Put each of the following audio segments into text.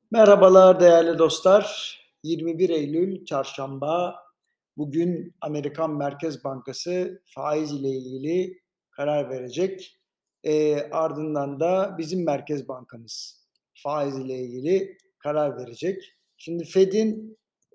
Merhabalar değerli dostlar. 21 Eylül Çarşamba. Bugün Amerikan Merkez Bankası faiz ile ilgili karar verecek. Ardından da bizim Merkez Bankamız faiz ile ilgili karar verecek. Şimdi Fed'in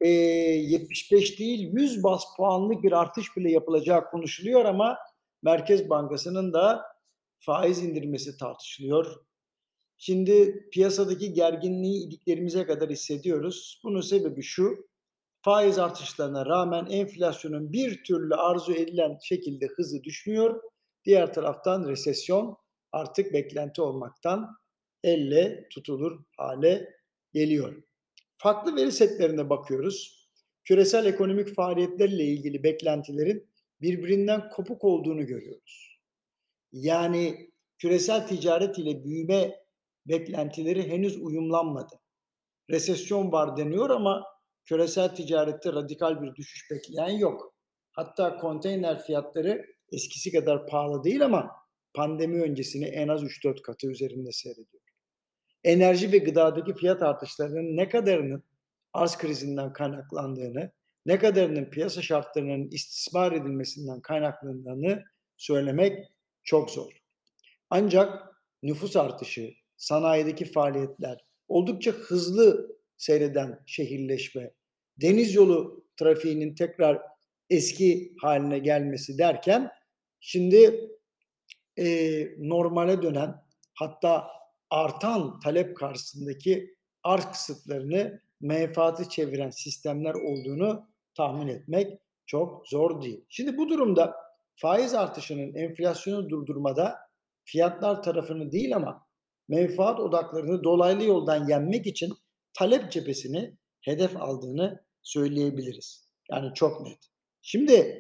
75 değil 100 bas puanlık bir artış bile yapılacağı konuşuluyor ama Merkez Bankası'nın da faiz indirmesi tartışılıyor. Şimdi piyasadaki gerginliği iliklerimize kadar hissediyoruz. Bunun sebebi şu: faiz artışlarına rağmen enflasyonun bir türlü arzu edilen şekilde hızı düşmüyor. Diğer taraftan resesyon artık beklenti olmaktan elle tutulur hale geliyor. Farklı veri setlerine bakıyoruz. Küresel ekonomik faaliyetlerle ilgili beklentilerin birbirinden kopuk olduğunu görüyoruz. Yani küresel ticaret ile büyüme beklentileri henüz uyumlanmadı. Resesyon var deniyor ama küresel ticarette radikal bir düşüş bekleyen yok. Hatta konteyner fiyatları eskisi kadar pahalı değil ama pandemi öncesini en az 3-4 katı üzerinde seyrediyor. Enerji ve gıdadaki fiyat artışlarının ne kadarının arz krizinden kaynaklandığını, ne kadarının piyasa şartlarının istismar edilmesinden kaynaklandığını söylemek çok zor. Ancak nüfus artışı, sanayideki faaliyetler, oldukça hızlı seyreden şehirleşme, deniz yolu trafiğinin tekrar eski haline gelmesi derken şimdi normale dönen, hatta artan talep karşısındaki arz kısıtlarını menfaati çeviren sistemler olduğunu tahmin etmek çok zor değil. Şimdi bu durumda faiz artışının enflasyonu durdurmada fiyatlar tarafını değil ama menfaat odaklarını dolaylı yoldan yenmek için talep cephesini hedef aldığını söyleyebiliriz. Yani çok net. Şimdi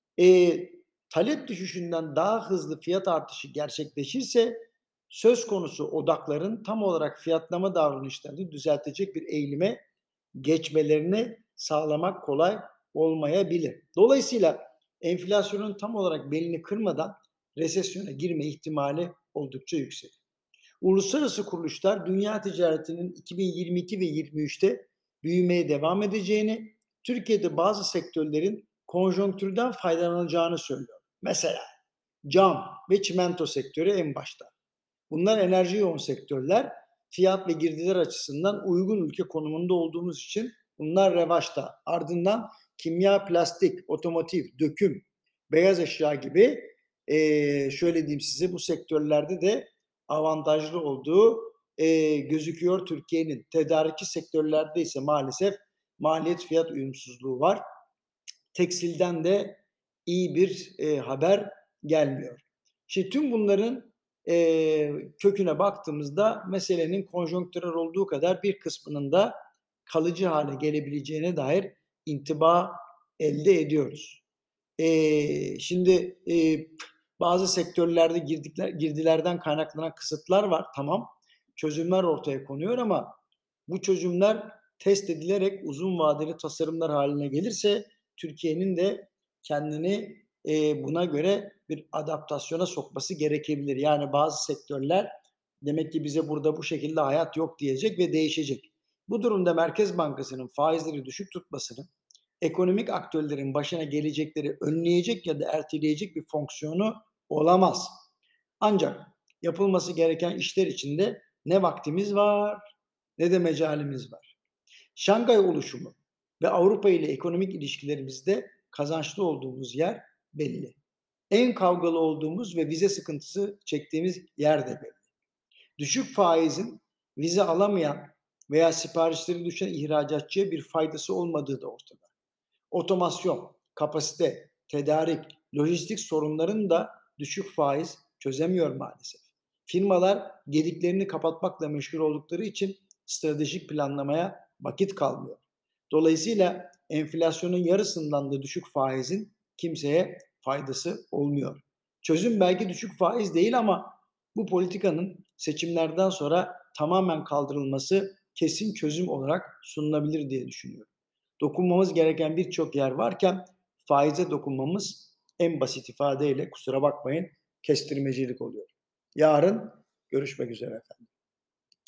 talep düşüşünden daha hızlı fiyat artışı gerçekleşirse söz konusu odakların tam olarak fiyatlama davranışlarını düzeltecek bir eğilime geçmelerini sağlamak kolay olmayabilir. Dolayısıyla enflasyonun tam olarak belini kırmadan resesyona girme ihtimali oldukça yüksek. Uluslararası kuruluşlar dünya ticaretinin 2022 ve 23'te büyümeye devam edeceğini, Türkiye'de bazı sektörlerin konjonktürden faydalanacağını söylüyor. Mesela cam ve çimento sektörü en başta. Bunlar enerji yoğun sektörler. Fiyat ve girdiler açısından uygun ülke konumunda olduğumuz için bunlar revaçta. Ardından kimya, plastik, otomotiv, döküm, beyaz eşya gibi şöyle diyeyim size, bu sektörlerde de avantajlı olduğu gözüküyor Türkiye'nin. Tedarikçi sektörlerde ise maalesef maliyet fiyat uyumsuzluğu var. Tekstilden de iyi bir haber gelmiyor. Şimdi tüm bunların köküne baktığımızda meselenin konjonktürel olduğu kadar bir kısmının da kalıcı hale gelebileceğine dair intiba elde ediyoruz. Şimdi bazı sektörlerde girdilerden kaynaklanan kısıtlar var. Tamam, çözümler ortaya konuyor ama bu çözümler test edilerek uzun vadeli tasarımlar haline gelirse Türkiye'nin de kendini buna göre bir adaptasyona sokması gerekebilir. Yani bazı sektörler demek ki bize burada bu şekilde hayat yok diyecek ve değişecek. Bu durumda Merkez Bankası'nın faizleri düşük tutmasının ekonomik aktörlerin başına gelecekleri önleyecek ya da erteleyecek bir fonksiyonu olamaz. Ancak yapılması gereken işler içinde ne vaktimiz var ne de mecalimiz var. Şangay oluşumu ve Avrupa ile ekonomik ilişkilerimizde kazançlı olduğumuz yer belli. En kavgalı olduğumuz ve vize sıkıntısı çektiğimiz yer de belli. Düşük faizin vize alamayan veya siparişleri düşen ihracatçıya bir faydası olmadığı da ortada. Otomasyon, kapasite, tedarik, lojistik sorunlarını da düşük faiz çözemiyor maalesef. Firmalar gediklerini kapatmakla meşgul oldukları için stratejik planlamaya vakit kalmıyor. Dolayısıyla enflasyonun yarısından da düşük faizin kimseye faydası olmuyor. Çözüm belki düşük faiz değil ama bu politikanın seçimlerden sonra tamamen kaldırılması kesin çözüm olarak sunulabilir diye düşünüyorum. Dokunmamız gereken birçok yer varken faize dokunmamız en basit ifadeyle, kusura bakmayın, kestirmecilik oluyor. Yarın görüşmek üzere efendim.